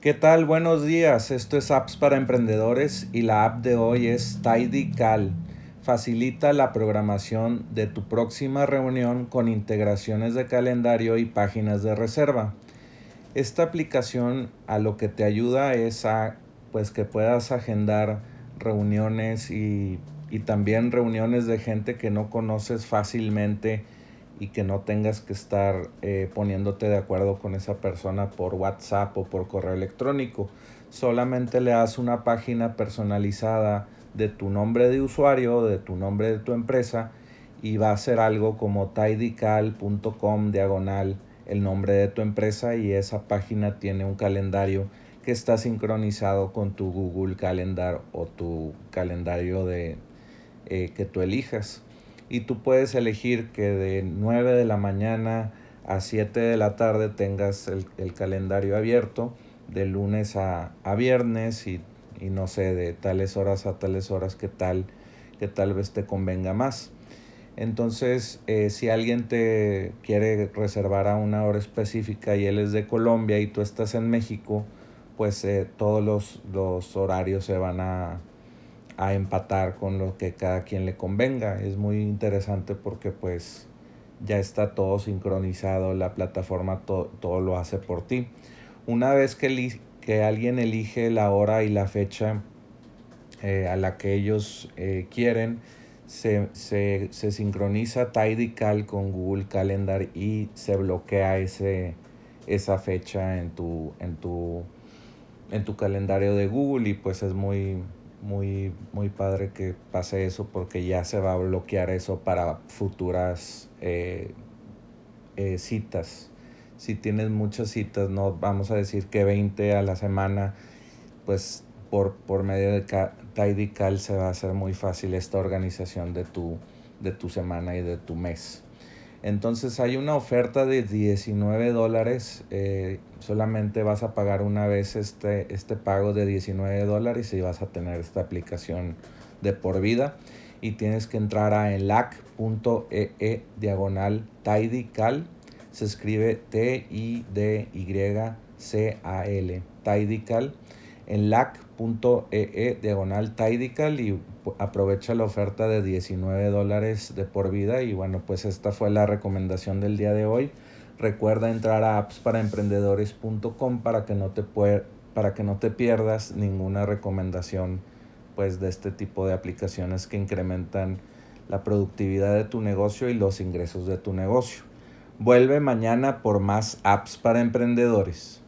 ¿Qué tal? Buenos días. Esto es Apps para Emprendedores y la app de hoy es TidyCal. Facilita la programación de tu próxima reunión con integraciones de calendario y páginas de reserva. Esta aplicación a lo que te ayuda es a pues que puedas agendar reuniones y también reuniones de gente que no conoces fácilmente y que no tengas que estar poniéndote de acuerdo con esa persona por WhatsApp o por correo electrónico. Solamente le das una página personalizada de tu nombre de usuario, de tu nombre de tu empresa, y va a ser algo como tidycal.com diagonal el nombre de tu empresa, y esa página tiene un calendario que está sincronizado con tu Google Calendar o tu calendario que tú elijas. Y tú puedes elegir que de 9 de la mañana a 7 de la tarde tengas el calendario abierto de lunes a viernes y no sé, de tales horas a tales horas que tal vez te convenga más. Entonces, si alguien te quiere reservar a una hora específica y él es de Colombia y tú estás en México, pues todos los horarios se van a empatar con lo que cada quien le convenga. Es muy interesante porque pues ya está todo sincronizado, la plataforma todo lo hace por ti. Una vez que alguien elige la hora y la fecha a la que ellos quieren, se sincroniza TidyCal con Google Calendar y se bloquea esa fecha en tu calendario de Google, y pues es muy padre que pase eso porque ya se va a bloquear eso para futuras citas. Si tienes muchas citas, no vamos a decir que 20 a la semana, pues por medio de TidyCal se va a hacer muy fácil esta organización de tu semana y de tu mes. Entonces hay una oferta de $19. Solamente vas a pagar una vez este pago de $19 y vas a tener esta aplicación de por vida. Y tienes que entrar a enlac.ee diagonal TidyCal. Se escribe TIDYCAL, TidyCal. Enlac.ee diagonal TidyCal y aprovecha la oferta de $19 de por vida. Y bueno, pues esta fue la recomendación del día de hoy. Recuerda entrar a appsparaemprendedores.com para que no te pierdas ninguna recomendación pues de este tipo de aplicaciones que incrementan la productividad de tu negocio y los ingresos de tu negocio. Vuelve mañana por más apps para emprendedores.